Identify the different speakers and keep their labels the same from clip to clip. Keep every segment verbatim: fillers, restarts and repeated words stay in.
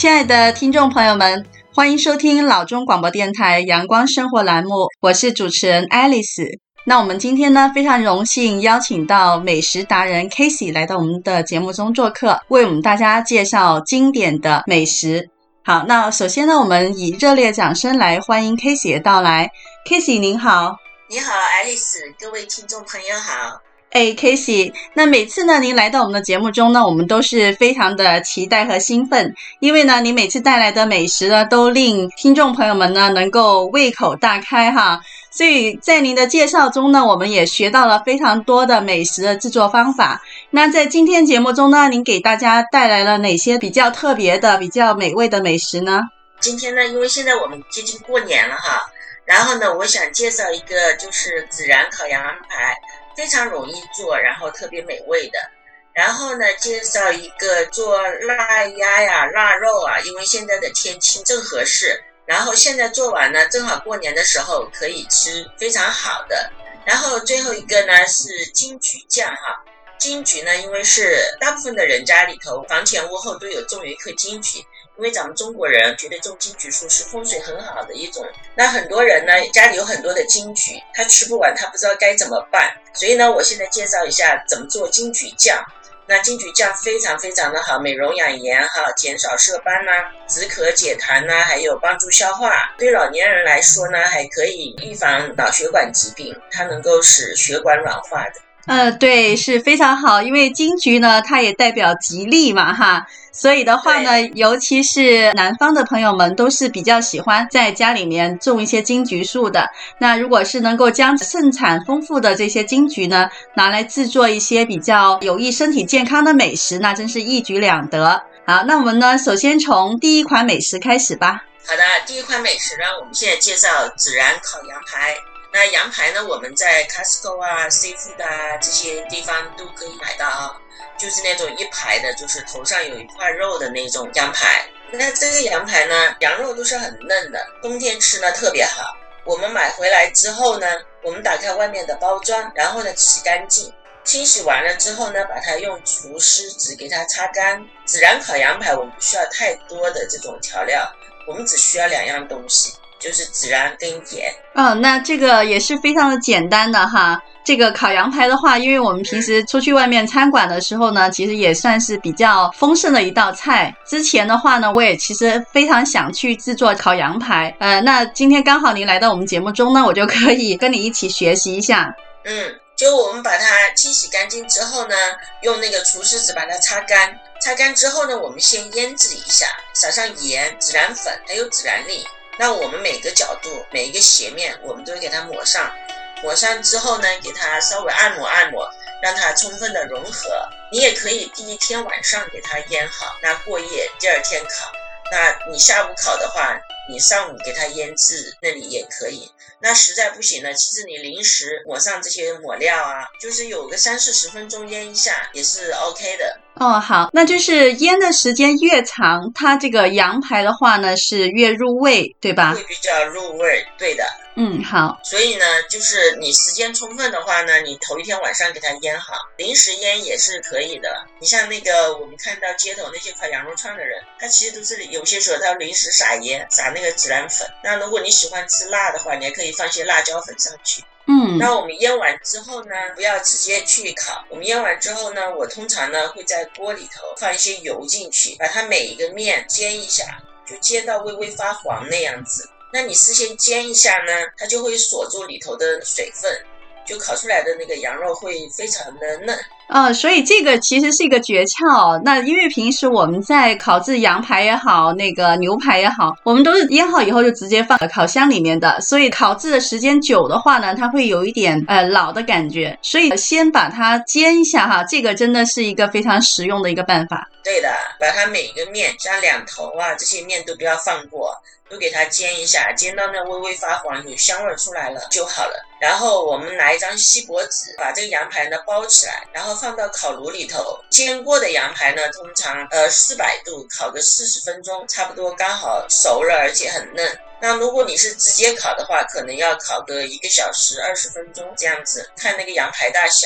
Speaker 1: 亲爱的听众朋友们，欢迎收听老中广播电台阳光生活栏目，我是主持人 Alice。 那我们今天呢，非常荣幸邀请到美食达人 Casey 来到我们的节目中做客，为我们大家介绍经典的美食。好，那首先呢，我们以热烈掌声来欢迎 Casey 的到来。 Casey 您好。
Speaker 2: 你好 Alice， 各位听众朋友好。
Speaker 1: 哎 Casey， 那每次呢您来到我们的节目中呢，我们都是非常的期待和兴奋，因为呢您每次带来的美食呢都令听众朋友们呢能够胃口大开哈。所以在您的介绍中呢，我们也学到了非常多的美食的制作方法。那在今天节目中呢，您给大家带来了哪些比较特别的比较美味的美食呢？
Speaker 2: 今天呢，因为现在我们接近过年了哈，然后呢我想介绍一个就是孜然烤羊排，非常容易做，然后特别美味的。然后呢介绍一个做腊鸭呀腊肉啊，因为现在的天气正合适，然后现在做完呢正好过年的时候可以吃，非常好的。然后最后一个呢是金桔酱哈，金桔呢因为是大部分的人家里头房前屋后都有种一棵金桔，因为咱们中国人觉得种金桔树是风水很好的一种，那很多人呢家里有很多的金桔，他吃不完，他不知道该怎么办，所以呢我现在介绍一下怎么做金桔酱。那金桔酱非常非常的好，美容养颜哈，减少色斑呐、啊，止渴解痰呐、啊，还有帮助消化。对老年人来说呢，还可以预防脑血管疾病，它能够使血管软化的。
Speaker 1: 呃，对，是非常好，因为金桔呢，它也代表吉利嘛，哈，所以的话呢，尤其是南方的朋友们都是比较喜欢在家里面种一些金桔树的。那如果是能够将盛产丰富的这些金桔呢，拿来制作一些比较有益身体健康的美食，那真是一举两得。好，那我们呢，首先从第一款美食开始吧。
Speaker 2: 好的，第一款美食呢，我们现在介绍孜然烤羊排。那羊排呢，我们在 Costco 啊 Seafood 啊这些地方都可以买到啊，就是那种一排的，就是头上有一块肉的那种羊排。那这个羊排呢，羊肉都是很嫩的，冬天吃呢特别好。我们买回来之后呢，我们打开外面的包装，然后呢洗干净，清洗完了之后呢，把它用除湿纸给它擦干。孜然烤羊排我们不需要太多的这种调料，我们只需要两样东西，就是孜然跟盐。
Speaker 1: 哦，那这个也是非常的简单的哈。这个烤羊排的话，因为我们平时出去外面餐馆的时候呢，其实也算是比较丰盛的一道菜。之前的话呢，我也其实非常想去制作烤羊排。呃，那今天刚好您来到我们节目中呢，我就可以跟你一起学习一下。
Speaker 2: 嗯，就我们把它清洗干净之后呢，用那个除湿纸把它擦干。擦干之后呢，我们先腌制一下，撒上盐、孜然粉还有孜然粒。那我们每个角度每一个斜面我们都会给它抹上，抹上之后呢，给它稍微按摩按摩，让它充分的融合。你也可以第一天晚上给它腌好，那过夜第二天烤。那你下午烤的话，你上午给它腌制那里也可以。那实在不行呢，其实你临时抹上这些抹料啊，就是有个三四十分钟腌一下也是 OK 的。
Speaker 1: 哦，好，那就是腌的时间越长，它这个羊排的话呢是越入味，对吧？
Speaker 2: 会比较入味，对的。
Speaker 1: 嗯，好。
Speaker 2: 所以呢，就是你时间充分的话呢，你头一天晚上给它腌好，临时腌也是可以的。你像那个我们看到街头那些烤羊肉串的人，他其实都是有些时候他临时撒盐，撒那个孜然粉。那如果你喜欢吃辣的话，你还可以放些辣椒粉上去。
Speaker 1: 嗯，
Speaker 2: 那我们腌完之后呢，不要直接去烤。我们腌完之后呢，我通常呢会在锅里头放一些油进去，把它每一个面煎一下，就煎到微微发黄那样子。那你事先煎一下呢，它就会锁住里头的水分，就烤出来的那个羊肉会非常的嫩。
Speaker 1: 呃，所以这个其实是一个诀窍。那因为平时我们在烤制羊排也好，那个牛排也好，我们都是腌好以后就直接放烤箱里面的，所以烤制的时间久的话呢，它会有一点呃老的感觉。所以先把它煎一下哈，这个真的是一个非常实用的一个办法。
Speaker 2: 对的，把它每一个面，像两头啊这些面都不要放过，都给它煎一下，煎到那微微发黄，有香味出来了就好了。然后我们拿一张锡箔纸，把这个羊排呢包起来，然后放到烤炉里头。煎过的羊排呢，通常呃四百度烤个四十分钟，差不多刚好熟了，而且很嫩。那如果你是直接烤的话，可能要烤个一个小时二十分钟这样子，看那个羊排大小。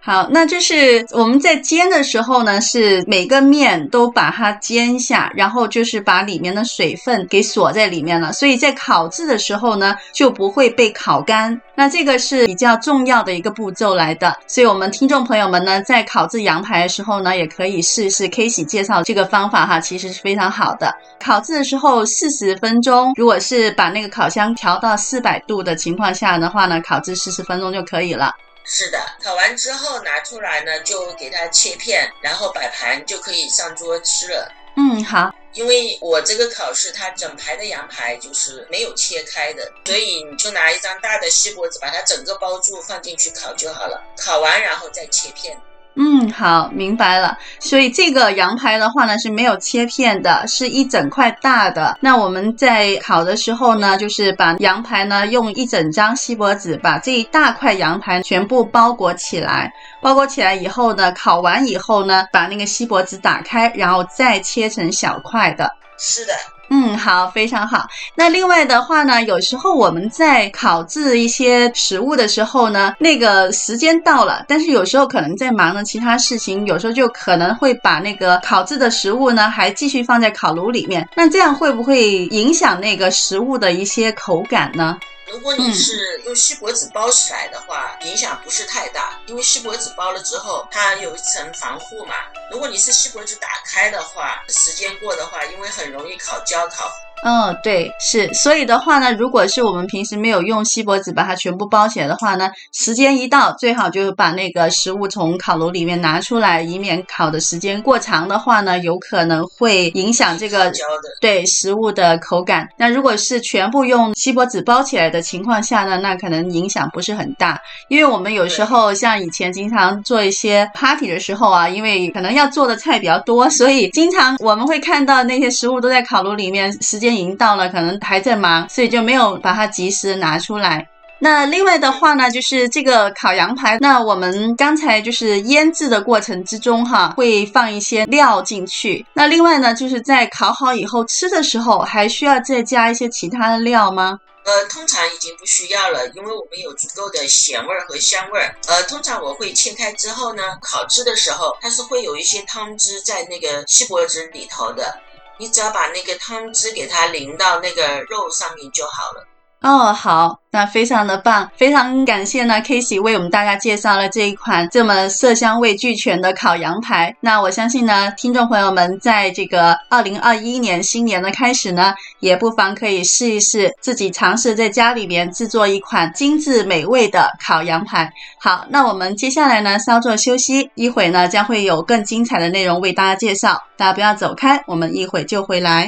Speaker 1: 好，那就是我们在煎的时候呢，是每个面都把它煎一下，然后就是把里面的水分给锁在里面了，所以在烤制的时候呢，就不会被烤干。那这个是比较重要的一个步骤来的，所以我们听众朋友们呢，在烤制羊排的时候呢，也可以试试 Casey 介绍这个方法哈，其实是非常好的。烤制的时候四十分钟，如果是把那个烤箱调到四百度的情况下的话呢，烤制四十分钟就可以了。
Speaker 2: 是的，烤完之后拿出来呢，就给它切片，然后摆盘就可以上桌吃了。
Speaker 1: 嗯，好。
Speaker 2: 因为我这个烤是它整排的羊排就是没有切开的，所以你就拿一张大的锡箔纸把它整个包住放进去烤就好了，烤完然后再切片。
Speaker 1: 嗯，好，明白了。所以这个羊排的话呢是没有切片的，是一整块大的。那我们在烤的时候呢，就是把羊排呢用一整张锡箔纸把这一大块羊排全部包裹起来。包裹起来以后呢，烤完以后呢，把那个锡箔纸打开，然后再切成小块的。
Speaker 2: 是的。
Speaker 1: 嗯，好，非常好。那另外的话呢，有时候我们在烤制一些食物的时候呢，那个时间到了，但是有时候可能在忙的其他事情，有时候就可能会把那个烤制的食物呢还继续放在烤炉里面，那这样会不会影响那个食物的一些口感呢？
Speaker 2: 如果你是用锡箔纸包起来的话，嗯、影响不是太大，因为锡箔纸包了之后它有一层防护嘛。如果你是锡箔纸打开的话，时间过的话，因为很容易烤焦烤。
Speaker 1: 嗯，对，是，所以的话呢，如果是我们平时没有用锡箔纸把它全部包起来的话呢，时间一到，最好就是把那个食物从烤炉里面拿出来，以免烤的时间过长的话呢，有可能会影响这个对食物的口感。那如果是全部用锡箔纸包起来的情况下呢，那可能影响不是很大，因为我们有时候像以前经常做一些 party 的时候啊，因为可能要做的菜比较多，所以经常我们会看到那些食物都在烤炉里面，时间已经到了，可能还在忙，所以就没有把它及时拿出来。那另外的话呢，就是这个烤羊排，那我们刚才就是腌制的过程之中哈，会放一些料进去。那另外呢，就是在烤好以后吃的时候，还需要再加一些其他的料吗？
Speaker 2: 呃，通常已经不需要了，因为我们有足够的咸味和香味。呃，通常我会切开之后呢，烤制的时候它是会有一些汤汁在那个锡箔纸里头的，你只要把那个汤汁给它淋到那个肉上面就好了。
Speaker 1: 哦，好，那非常的棒，非常感谢呢 Casey 为我们大家介绍了这一款这么色香味俱全的烤羊排。那我相信呢，听众朋友们在这个二零二一年新年的开始呢，也不妨可以试一试，自己尝试在家里面制作一款精致美味的烤羊排。好，那我们接下来呢稍作休息，一会呢将会有更精彩的内容为大家介绍，大家不要走开，我们一会就回来。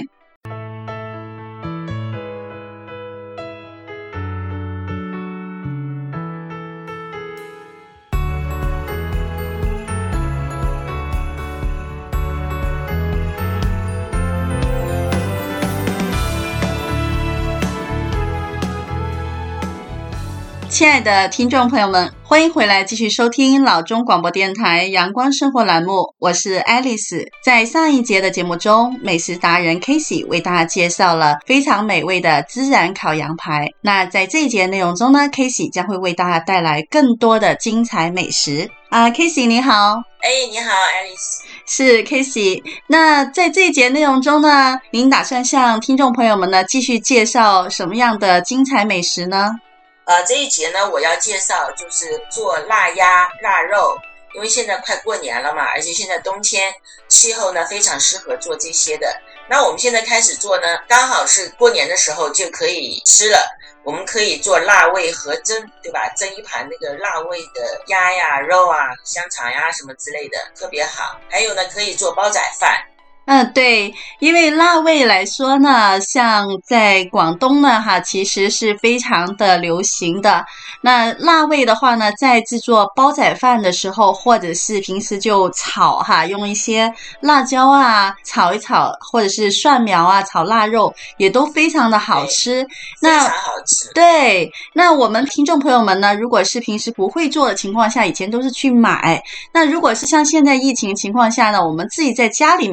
Speaker 1: 亲爱的听众朋友们，欢迎回来继续收听老中广播电台阳光生活栏目，我是 Alice。 在上一节的节目中，美食达人 Casey 为大家介绍了非常美味的孜然烤羊排。那在这一节内容中呢， Casey 将会为大家带来更多的精彩美食啊。 Casey 你好。
Speaker 2: 哎，你好 Alice。
Speaker 1: 是 Casey。 那在这一节内容中呢，您打算向听众朋友们呢继续介绍什么样的精彩美食呢？
Speaker 2: 呃，这一节呢，我要介绍就是做腊鸭、腊肉，因为现在快过年了嘛，而且现在冬天气候呢非常适合做这些的。那我们现在开始做呢，刚好是过年的时候就可以吃了。我们可以做腊味合蒸，对吧？蒸一盘那个腊味的鸭呀、肉啊、香肠呀什么之类的，特别好。还有呢，可以做煲仔饭。
Speaker 1: 嗯，对，因为腊味来说呢，像在广东呢哈，其实是非常的流行的。那腊味的话呢，在制作煲仔饭的时候，或者是平时就炒哈，用一些辣椒啊炒一炒，或者是蒜苗啊炒腊肉，也都非常的好吃。
Speaker 2: 那非常好吃。
Speaker 1: 对，那我们听众朋友们呢，如果是平时不会做的情况下，以前都是去买。那如果是像现在疫情情况下呢，我们自己在家里面做呢，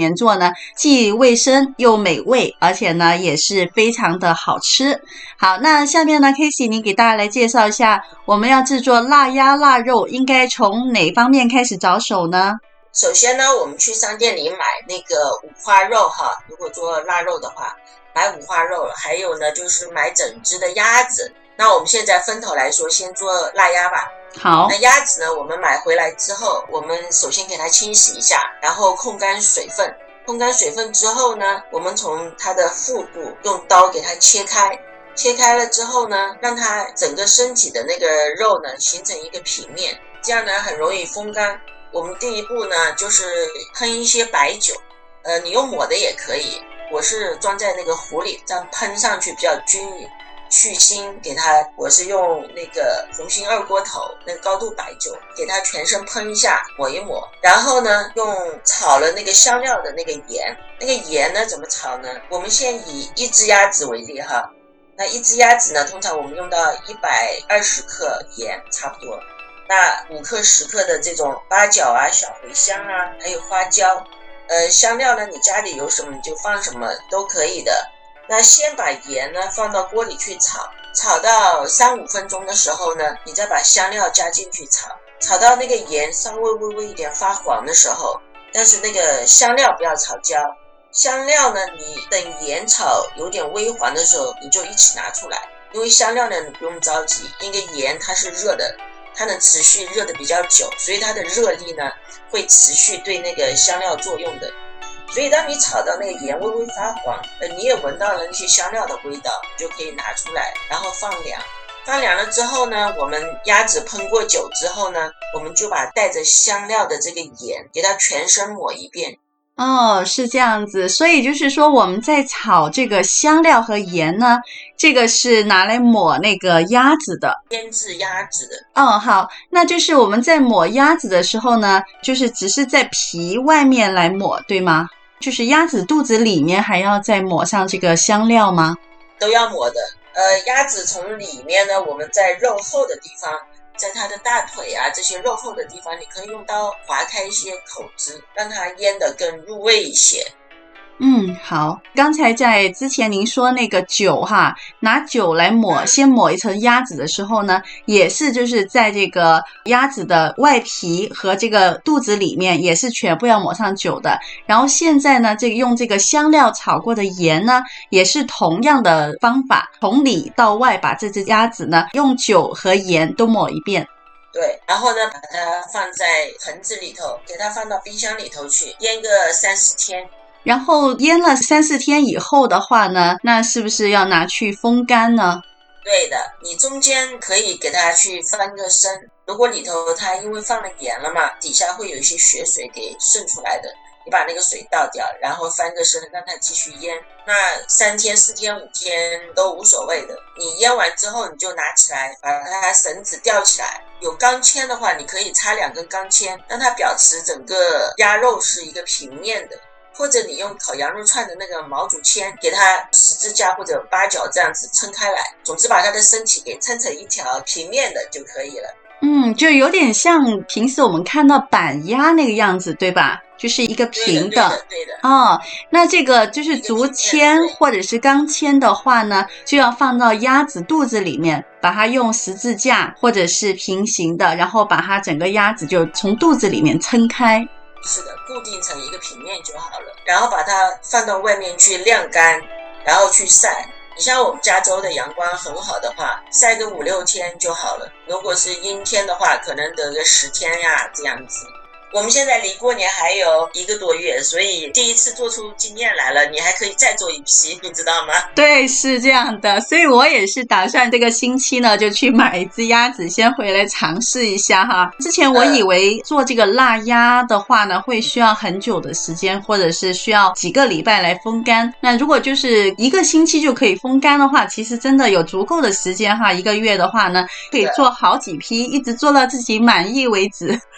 Speaker 1: 呢，既卫生又美味，而且呢也是非常的好吃。好，那下面呢 Casey 你给大家来介绍一下，我们要制作腊鸭腊肉应该从哪方面开始着手呢？
Speaker 2: 首先呢，我们去商店里买那个五花肉哈，如果做腊肉的话，买五花肉，还有呢就是买整只的鸭子。那我们现在分头来说，先做腊鸭吧。
Speaker 1: 好，
Speaker 2: 那鸭子呢，我们买回来之后，我们首先给它清洗一下，然后控干水分。控干水分之后呢，我们从它的腹部用刀给它切开。切开了之后呢，让它整个身体的那个肉呢形成一个平面，这样呢很容易风干。我们第一步呢就是喷一些白酒，呃，你用抹的也可以，我是装在那个壶里，这样喷上去比较均匀。去腥给它，我是用那个红星二锅头那个高度白酒给它全身喷一下，抹一抹。然后呢，用炒了那个香料的那个盐，那个盐呢怎么炒呢？我们先以一只鸭子为例哈，那一只鸭子呢，通常我们用到一百二十克盐差不多。那五克十克的这种八角啊、小茴香啊，还有花椒，呃，香料呢，你家里有什么你就放什么都可以的。那先把盐呢放到锅里去炒，炒到三五分钟的时候呢，你再把香料加进去炒，炒到那个盐稍微微微一点发黄的时候，但是那个香料不要炒焦。香料呢，你等盐炒有点微黄的时候，你就一起拿出来，因为香料呢你不用着急，因为盐它是热的，它能持续热的比较久，所以它的热力呢会持续对那个香料作用的。所以当你炒到那个盐微微发黄，呃，你也闻到了那些香料的味道，你就可以拿出来，然后放凉。放凉了之后呢，我们鸭子喷过酒之后呢，我们就把带着香料的这个盐给它全身抹一遍。
Speaker 1: 哦，是这样子，所以就是说我们在炒这个香料和盐呢，这个是拿来抹那个鸭子的，
Speaker 2: 腌制鸭子的。
Speaker 1: 哦，好，那就是我们在抹鸭子的时候呢，就是只是在皮外面来抹，对吗？就是鸭子肚子里面还要再抹上这个香料吗？
Speaker 2: 都要抹的。呃，鸭子从里面呢，我们在肉厚的地方，在它的大腿啊这些肉厚的地方，你可以用刀划开一些口子，让它腌得更入味一些。
Speaker 1: 嗯，好。刚才在之前您说那个酒哈，拿酒来抹，先抹一层鸭子的时候呢，也是就是在这个鸭子的外皮和这个肚子里面也是全部要抹上酒的。然后现在呢，这个用这个香料炒过的盐呢，也是同样的方法，从里到外把这只鸭子呢用酒和盐都抹一遍。
Speaker 2: 对，然后呢，把它放在盆子里头，给它放到冰箱里头去腌个三四天。
Speaker 1: 然后腌了三四天以后的话呢，那是不是要拿去风干呢？
Speaker 2: 对的，你中间可以给它去翻个身，如果里头它因为放了盐了嘛，底下会有一些血水给渗出来的，你把那个水倒掉，然后翻个身让它继续腌，那三天四天五天都无所谓的。你腌完之后你就拿起来，把它绳子吊起来，有钢签的话你可以插两根钢签，让它保持整个鸭肉是一个平面的，或者你用烤羊肉串的那个毛主签给它十字架或者八角这样子撑开来，总之把它的身体给撑成一条平面的就可以了。
Speaker 1: 嗯，就有点像平时我们看到板鸭那个样子，对吧？就是一个平的。
Speaker 2: 对的，对的，对的。
Speaker 1: 哦，那这个就是竹签或者是钢签的话呢，就要放到鸭子肚子里面，把它用十字架或者是平行的，然后把它整个鸭子就从肚子里面撑开。
Speaker 2: 是的，固定成一个平面就好了，然后把它放到外面去晾干，然后去晒。你像我们加州的阳光很好的话，晒个五六天就好了，如果是阴天的话，可能得个十天呀这样子。我们现在离过年还有一个多月，所以第一次做出经验来了，你还可以再做一批，你知道吗？
Speaker 1: 对，是这样的，所以我也是打算这个星期呢就去买一只鸭子先回来尝试一下哈。之前我以为做这个腊鸭的话呢会需要很久的时间，或者是需要几个礼拜来风干，那如果就是一个星期就可以风干的话，其实真的有足够的时间哈，一个月的话呢可以做好几批，一直做到自己满意为止。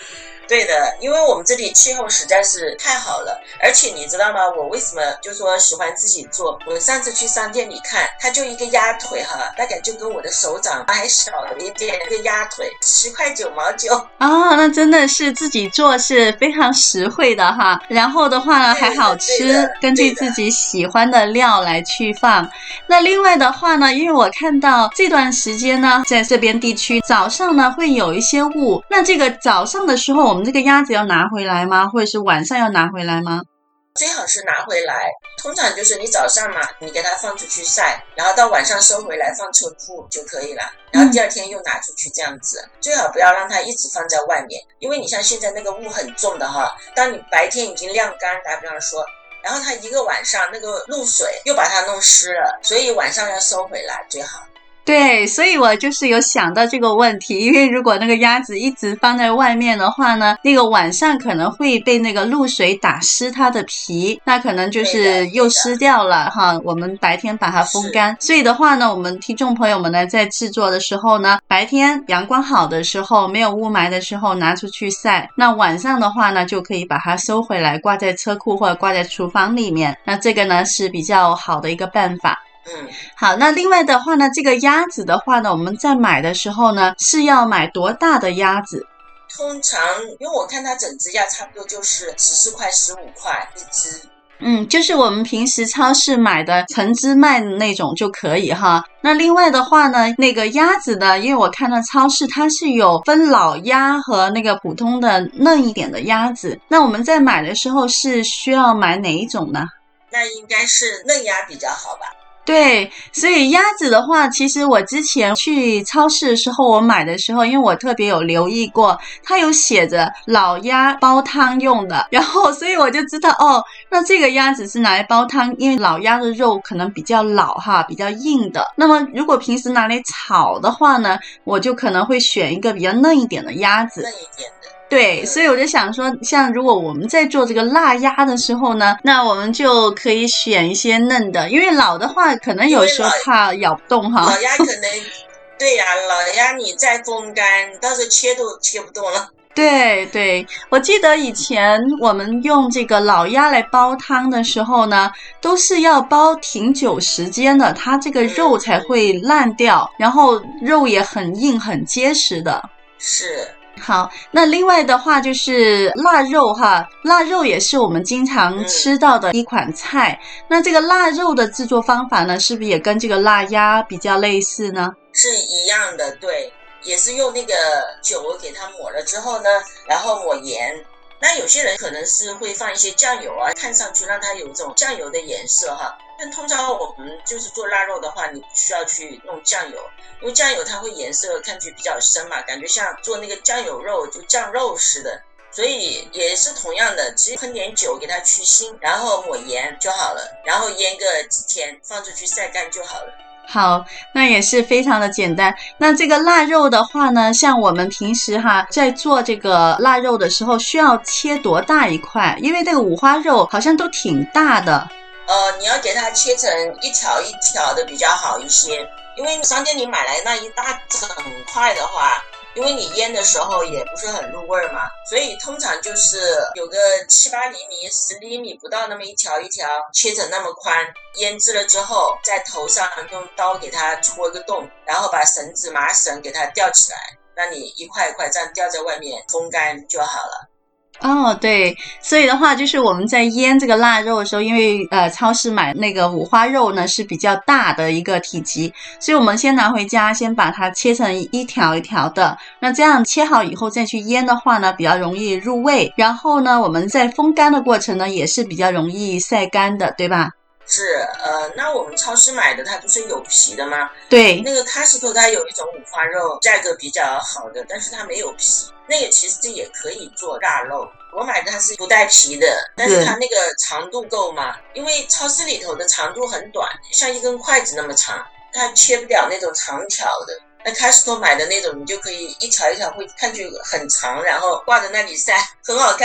Speaker 2: 对的，因为我们这里气候实在是太好了，而且你知道吗？我为什么就说喜欢自己做？我上次去商店里看，它就一个鸭腿哈，大概就跟我的手掌还小了一点，一个鸭腿十块九毛九
Speaker 1: 啊、哦，那真的是自己做是非常实惠的哈。然后的话呢，还好吃，根据自己喜欢的料来去放。那另外的话呢，因为我看到这段时间呢，在这边地区早上呢会有一些雾，那这个早上的时候，我们这个鸭子要拿回来吗？或者是晚上要拿回来吗？
Speaker 2: 最好是拿回来，通常就是你早上嘛，你给它放出去晒，然后到晚上收回来放车库就可以了，然后第二天又拿出去这样子、嗯、最好不要让它一直放在外面，因为你像现在那个雾很重的哈，当你白天已经晾干，打比方说，然后它一个晚上那个露水又把它弄湿了，所以晚上要收回来最好。
Speaker 1: 对，所以我就是有想到这个问题，因为如果那个鸭子一直放在外面的话呢，那个晚上可能会被那个露水打湿它的皮，那可能就是又湿掉了哈。我们白天把它风干，所以的话呢，我们听众朋友们呢在制作的时候呢，白天阳光好的时候，没有雾霾的时候拿出去晒，那晚上的话呢就可以把它收回来，挂在车库或者挂在厨房里面，那这个呢是比较好的一个办法。
Speaker 2: 嗯，
Speaker 1: 好，那另外的话呢，这个鸭子的话呢，我们在买的时候呢，是要买多大的鸭子？
Speaker 2: 通常因为我看它整只鸭差不多就是十四块十五块一只。
Speaker 1: 嗯，就是我们平时超市买的成只卖的那种就可以哈。那另外的话呢，那个鸭子呢，因为我看到超市它是有分老鸭和那个普通的嫩一点的鸭子，那我们在买的时候是需要买哪一种呢？
Speaker 2: 那应该是嫩鸭比较好吧。
Speaker 1: 对，所以鸭子的话，其实我之前去超市的时候，我买的时候，因为我特别有留意过，它有写着老鸭煲汤用的，然后所以我就知道哦，那这个鸭子是拿来煲汤，因为老鸭的肉可能比较老哈，比较硬的。那么如果平时拿来炒的话呢，我就可能会选一个比较嫩一点的鸭子。
Speaker 2: 嫩一点的。
Speaker 1: 对，所以我就想说，像如果我们在做这个腊鸭的时候呢，那我们就可以选一些嫩的，因为老的话可能有时候怕咬不动哈。
Speaker 2: 老鸭可能，对呀、啊，老鸭你再风干，到时候切都切不动了。
Speaker 1: 对对，我记得以前我们用这个老鸭来煲汤的时候呢，都是要煲挺久时间的，它这个肉才会烂掉，然后肉也很硬很结实的。
Speaker 2: 是。
Speaker 1: 好，那另外的话就是腊肉哈，腊肉也是我们经常吃到的一款菜。嗯、那这个腊肉的制作方法呢，是不是也跟这个腊鸭比较类似呢？
Speaker 2: 是一样的，对，也是用那个酒给它抹了之后呢，然后抹盐。那有些人可能是会放一些酱油啊，看上去让它有一种酱油的颜色哈。但通常我们就是做腊肉的话，你不需要去弄酱油，因为酱油它会颜色看去比较深嘛，感觉像做那个酱油肉就酱肉似的。所以也是同样的，只喷点酒给它去腥，然后抹盐就好了，然后腌个几天，放出去晒干就好了。
Speaker 1: 好，那也是非常的简单。那这个腊肉的话呢，像我们平时哈在做这个腊肉的时候，需要切多大一块？因为这个五花肉好像都挺大的。
Speaker 2: 呃，你要给它切成一条一条的比较好一些，因为商店里买来那一大整块的话，因为你腌的时候也不是很入味嘛，所以通常就是有个七八厘米、十厘米不到那么一条一条，切成那么宽。腌制了之后，在头上用刀给它戳一个洞，然后把绳子、麻绳给它吊起来，那你一块一块这样吊在外面风干就好了。
Speaker 1: 哦，对，所以的话就是我们在腌这个腊肉的时候，因为呃超市买那个五花肉呢是比较大的一个体积，所以我们先拿回家，先把它切成一条一条的，那这样切好以后再去腌的话呢，比较容易入味，然后呢我们在风干的过程呢也是比较容易晒干的，对吧？
Speaker 2: 是，呃，那我们超市买的它不是有皮的吗？
Speaker 1: 对，
Speaker 2: 那个Costco它有一种五花肉，价格比较好的，但是它没有皮，那个其实也可以做腊肉。我买的它是不带皮的，但是它那个长度够吗？因为超市里头的长度很短，像一根筷子那么长，它切不了那种长条的。那Costco买的那种，你就可以一条一条，会看去很长，然后挂在那里晒，很好看。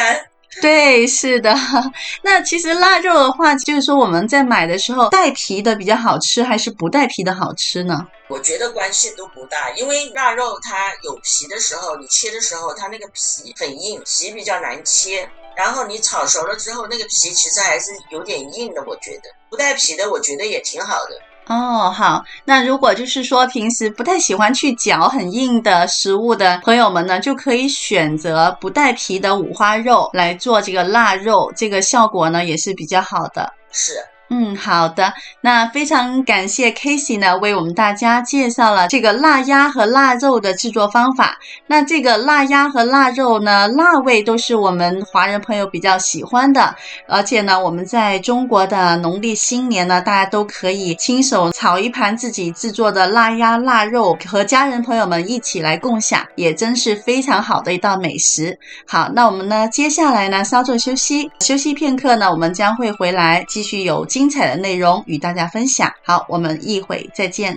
Speaker 1: 对，是的。那其实腊肉的话，就是说我们在买的时候，带皮的比较好吃，还是不带皮的好吃呢？
Speaker 2: 我觉得关系都不大，因为腊肉它有皮的时候，你切的时候它那个皮很硬，皮比较难切，然后你炒熟了之后，那个皮其实还是有点硬的，我觉得不带皮的我觉得也挺好的。
Speaker 1: 哦，好，那如果就是说平时不太喜欢去嚼很硬的食物的朋友们呢，就可以选择不带皮的五花肉来做这个腊肉，这个效果呢也是比较好的。
Speaker 2: 是。
Speaker 1: 嗯，好的。那非常感谢 Casey 呢，为我们大家介绍了这个腊鸭和腊肉的制作方法。那这个腊鸭和腊肉呢，辣味都是我们华人朋友比较喜欢的，而且呢，我们在中国的农历新年呢，大家都可以亲手炒一盘自己制作的腊鸭、腊肉，和家人朋友们一起来共享，也真是非常好的一道美食。好，那我们呢，接下来呢，稍作休息，休息片刻呢，我们将会回来继续有精彩的内容与大家分享。好，我们一会再见。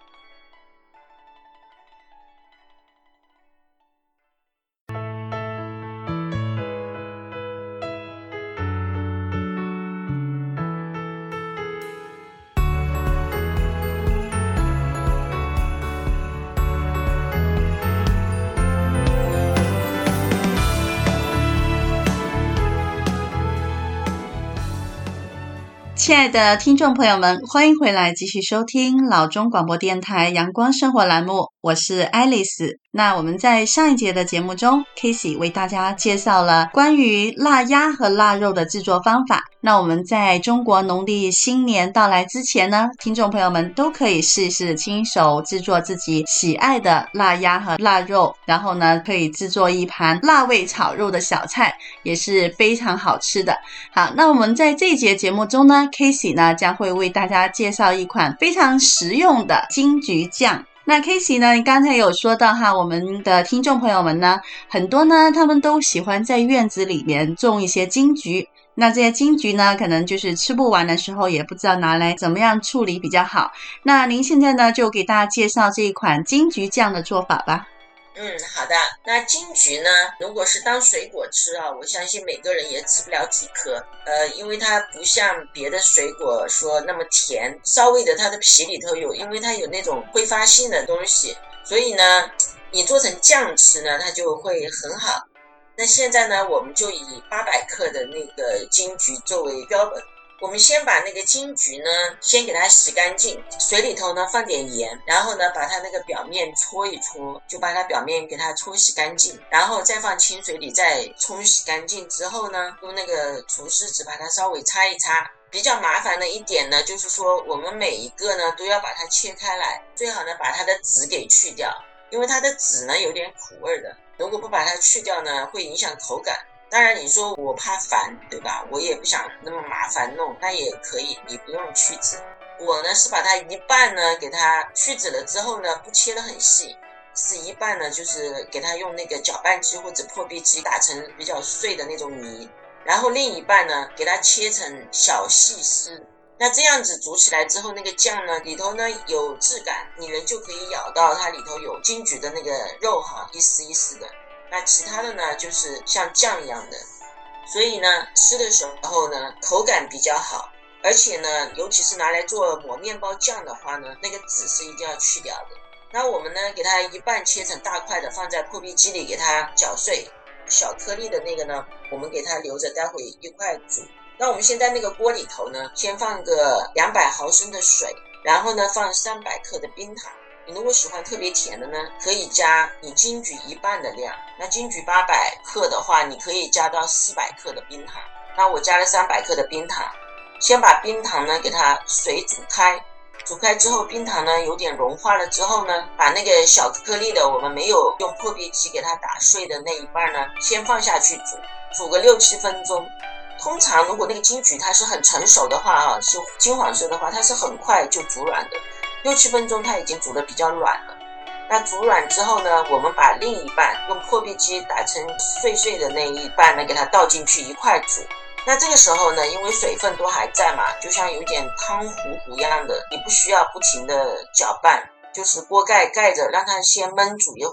Speaker 1: 亲爱的听众朋友们，欢迎回来继续收听老中广播电台阳光生活栏目，我是爱丽丝。那我们在上一节的节目中 Casey 为大家介绍了关于腊鸭和腊肉的制作方法。那我们在中国农历新年到来之前呢，听众朋友们都可以试试亲手制作自己喜爱的腊鸭和腊肉，然后呢可以制作一盘辣味炒肉的小菜，也是非常好吃的。好，那我们在这一节节目中呢， Casey 呢将会为大家介绍一款非常实用的金桔酱。那 Casey 呢，你刚才有说到哈，我们的听众朋友们呢，很多呢他们都喜欢在院子里面种一些金桔，那这些金桔呢可能就是吃不完的时候也不知道拿来怎么样处理比较好。那您现在呢就给大家介绍这一款金桔酱的做法吧。
Speaker 2: 嗯，好的。那金桔呢，如果是当水果吃啊，我相信每个人也吃不了几颗，呃，因为它不像别的水果说那么甜，稍微的它的皮里头有，因为它有那种挥发性的东西，所以呢，你做成酱吃呢，它就会很好。那现在呢，我们就以八百克的那个金桔作为标本。我们先把那个金桔呢，先给它洗干净，水里头呢放点盐，然后呢把它那个表面搓一搓，就把它表面给它搓洗干净，然后再放清水里再冲洗干净之后呢，用那个厨师纸把它稍微擦一擦。比较麻烦的一点呢，就是说我们每一个呢都要把它切开来，最好呢把它的籽给去掉，因为它的籽呢有点苦味的，如果不把它去掉呢，会影响口感。当然你说我怕烦，对吧？我也不想那么麻烦弄，那也可以，你不用去籽。我呢是把它一半呢给它去籽了之后呢，不切得很细，是一半呢就是给它用那个搅拌机或者破壁机打成比较碎的那种泥，然后另一半呢给它切成小细丝。那这样子煮起来之后，那个酱呢里头呢有质感，你人就可以咬到它里头有金桔的那个肉哈，一丝一丝的。那其他的呢就是像酱一样的，所以呢吃的时候呢口感比较好，而且呢尤其是拿来做抹面包酱的话呢，那个籽是一定要去掉的。那我们呢给它一半切成大块的，放在破壁机里给它搅碎，小颗粒的那个呢我们给它留着待会一块煮。那我们先在那个锅里头呢先放个两百毫升的水，然后呢放三百克的冰糖。你如果喜欢特别甜的呢，可以加你金桔一半的量。那金桔八百克的话，你可以加到四百克的冰糖。那我加了三百克的冰糖，先把冰糖呢给它水煮开，煮开之后冰糖呢有点融化了之后呢，把那个小颗粒的我们没有用破壁机给它打碎的那一半呢，先放下去煮，煮个六七分钟。通常如果那个金桔它是很成熟的话啊，是金黄色的话，它是很快就煮软的。六七分钟它已经煮得比较软了。那煮软之后呢，我们把另一半用破壁机打成碎碎的那一半呢给它倒进去一块煮。那这个时候呢，因为水分都还在嘛，就像有点汤糊糊一样的，你不需要不停的搅拌，就是锅盖盖着让它先焖煮一会儿。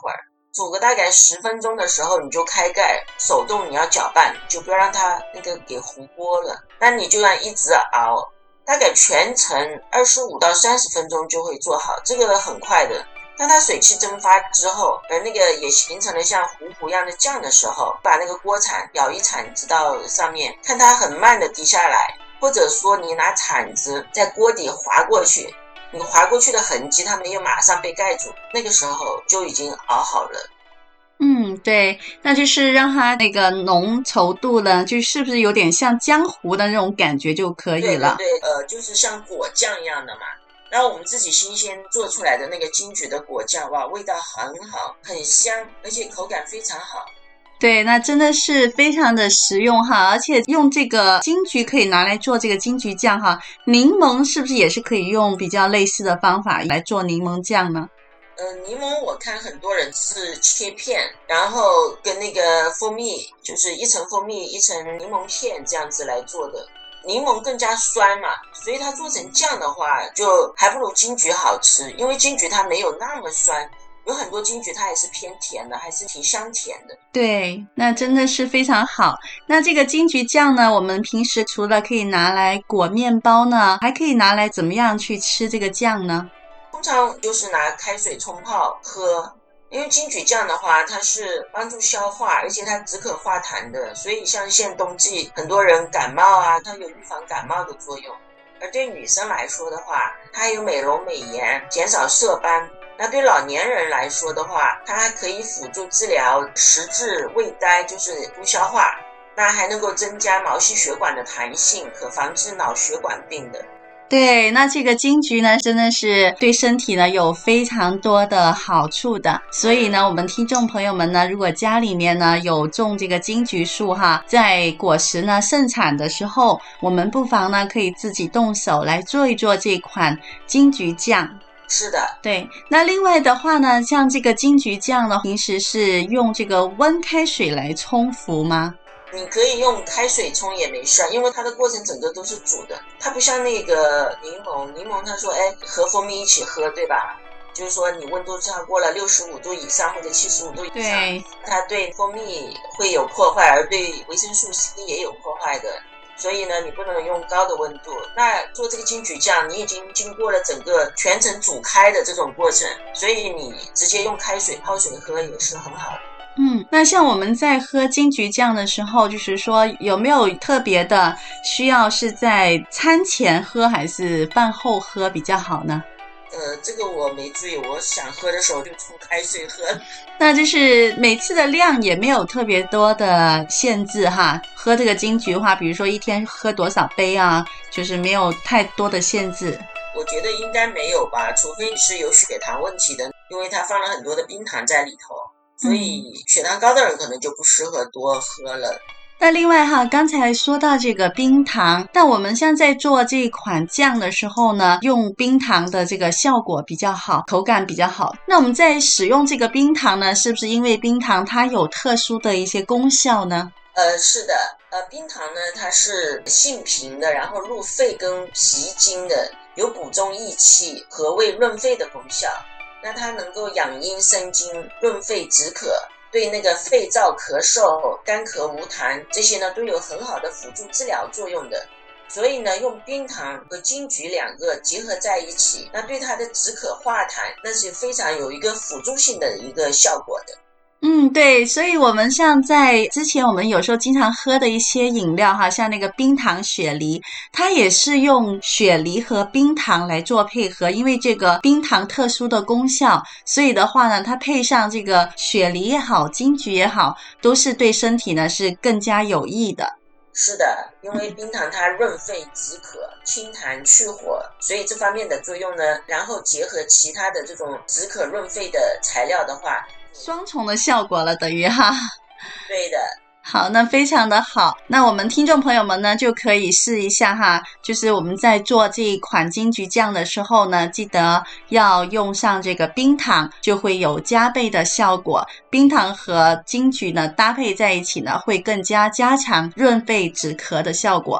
Speaker 2: 煮个大概十分钟的时候，你就开盖，手动你要搅拌，就不要让它那个给糊锅了。那你就要一直熬，大概全程二十五到三十分钟就会做好，这个很快的。当它水汽蒸发之后，而那个也形成了像糊糊一样的酱的时候，把那个锅铲舀一铲子到上面，看它很慢的滴下来，或者说你拿铲子在锅底划过去，你划过去的痕迹它没有马上被盖住，那个时候就已经熬好了。
Speaker 1: 嗯，对，那就是让它那个浓稠度呢，就是不是有点像浆糊的那种感觉就可以了。
Speaker 2: 对对对，呃，就是像果酱一样的嘛。然后我们自己新鲜做出来的那个金桔的果酱，哇，味道很好，很香，而且口感非常好。
Speaker 1: 对，那真的是非常的实用哈，而且用这个金桔可以拿来做这个金桔酱哈。柠檬是不是也是可以用比较类似的方法来做柠檬酱呢？
Speaker 2: 呃，柠檬我看很多人是切片，然后跟那个蜂蜜，就是一层蜂蜜一层柠檬片这样子来做的。柠檬更加酸嘛，所以它做成酱的话就还不如金桔好吃，因为金桔它没有那么酸，有很多金桔它也是偏甜的，还是挺香甜的。
Speaker 1: 对，那真的是非常好。那这个金桔酱呢，我们平时除了可以拿来裹面包呢，还可以拿来怎么样去吃这个酱呢？
Speaker 2: 通常就是拿开水冲泡喝，因为金桔酱的话它是帮助消化，而且它止渴化痰的，所以像现冬季很多人感冒啊，它有预防感冒的作用。而对女生来说的话，它还有美容美颜，减少色斑。那对老年人来说的话，它还可以辅助治疗食滞胃呆，就是不消化，那还能够增加毛细血管的弹性，可防治脑血管病的。
Speaker 1: 对，那这个金桔呢，真的是对身体呢有非常多的好处的。所以呢，我们听众朋友们呢，如果家里面呢有种这个金桔树哈，在果实呢盛产的时候，我们不妨呢可以自己动手来做一做这款金桔酱。
Speaker 2: 是的，
Speaker 1: 对。那另外的话呢，像这个金桔酱呢，平时是用这个温开水来冲服吗？
Speaker 2: 你可以用开水冲也没事，因为它的过程整个都是煮的，它不像那个柠檬，柠檬他说哎和蜂蜜一起喝，对吧？就是说你温度超过了六十五度以上或者七十五度以上，
Speaker 1: 对，
Speaker 2: 它对蜂蜜会有破坏，而对维生素 C 也有破坏的。所以呢，你不能用高的温度。那做这个金桔酱，你已经经过了整个全程煮开的这种过程，所以你直接用开水泡水喝也是很好的。
Speaker 1: 嗯，那像我们在喝金桔酱的时候，就是说有没有特别的需要是在餐前喝还是饭后喝比较好呢？
Speaker 2: 呃，这个我没注意，我想喝的时候就冲开水喝。
Speaker 1: 那就是每次的量也没有特别多的限制哈，喝这个金桔的话，比如说一天喝多少杯啊，就是没有太多的限制。
Speaker 2: 我觉得应该没有吧，除非你是有血糖问题的，因为它放了很多的冰糖在里头，所以血糖高的人可能就不适合多喝了。
Speaker 1: 那另外哈，刚才说到这个冰糖，但我们像在做这款酱的时候呢，用冰糖的这个效果比较好，口感比较好。那我们在使用这个冰糖呢，是不是因为冰糖它有特殊的一些功效呢？
Speaker 2: 呃，是的，呃，冰糖呢，它是性平的，然后入肺跟脾经的，有补中益气、和胃润肺的功效。那它能够养阴生津、润肺止渴。对那个肺燥咳嗽、干咳无痰这些呢都有很好的辅助治疗作用的，所以呢用冰糖和金桔两个结合在一起，那对它的止渴化痰那是非常有一个辅助性的一个效果的。
Speaker 1: 嗯，对，所以我们像在之前我们有时候经常喝的一些饮料哈，像那个冰糖雪梨，它也是用雪梨和冰糖来做配合，因为这个冰糖特殊的功效，所以的话呢，它配上这个雪梨也好，金桔也好，都是对身体呢是更加有益的。
Speaker 2: 是的，因为冰糖它润肺止渴、清痰去火，所以这方面的作用呢，然后结合其他的这种止渴润肺的材料的话，
Speaker 1: 双重的效果了，等于哈。
Speaker 2: 对的。
Speaker 1: 好，那非常的好。那我们听众朋友们呢，就可以试一下哈，就是我们在做这一款金桔酱的时候呢，记得要用上这个冰糖，就会有加倍的效果。冰糖和金桔呢搭配在一起呢，会更加加强润肺止咳的效果。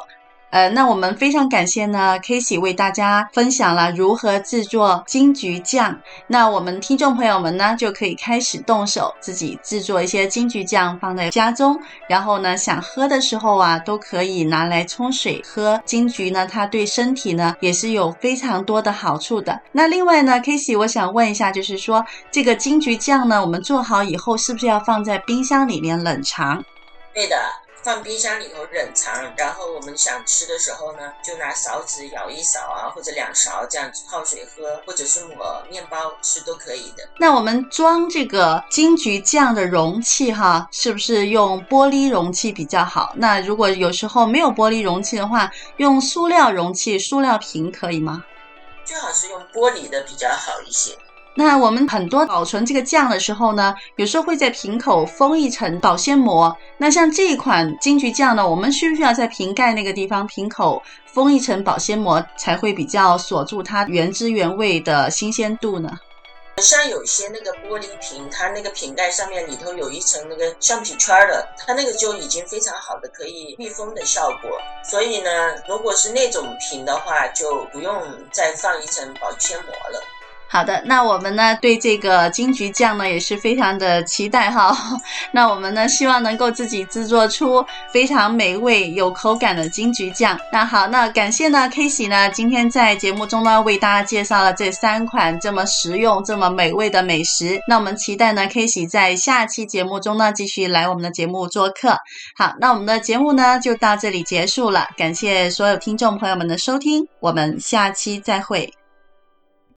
Speaker 1: 呃，那我们非常感谢呢 Casey 为大家分享了如何制作金桔酱。那我们听众朋友们呢，就可以开始动手自己制作一些金桔酱放在家中，然后呢想喝的时候啊，都可以拿来冲水喝。金桔呢，它对身体呢也是有非常多的好处的。那另外呢 Casey 我想问一下，就是说这个金桔酱呢，我们做好以后是不是要放在冰箱里面冷藏？
Speaker 2: 对的，放冰箱里头冷藏，然后我们想吃的时候呢，就拿勺子舀一勺啊，或者两勺这样子泡水喝，或者是抹面包吃都可以的。
Speaker 1: 那我们装这个金桔酱的容器哈，是不是用玻璃容器比较好？那如果有时候没有玻璃容器的话，用塑料容器、塑料瓶可以吗？
Speaker 2: 最好是用玻璃的比较好一些。
Speaker 1: 那我们很多保存这个酱的时候呢，有时候会在瓶口封一层保鲜膜。那像这一款金桔酱呢，我们需不需要在瓶盖那个地方瓶口封一层保鲜膜，才会比较锁住它原汁原味的新鲜度呢？
Speaker 2: 像有些那个玻璃瓶，它那个瓶盖上面里头有一层那个橡皮圈的，它那个就已经非常好的可以密封的效果。所以呢，如果是那种瓶的话，就不用再放一层保鲜膜了。
Speaker 1: 好的，那我们呢对这个金桔酱呢也是非常的期待哈。那我们呢希望能够自己制作出非常美味有口感的金桔酱。那好，那感谢呢 Casey 呢今天在节目中呢为大家介绍了这三款这么实用这么美味的美食。那我们期待呢 Casey 在下期节目中呢继续来我们的节目做客。好，那我们的节目呢就到这里结束了，感谢所有听众朋友们的收听，我们下期再会。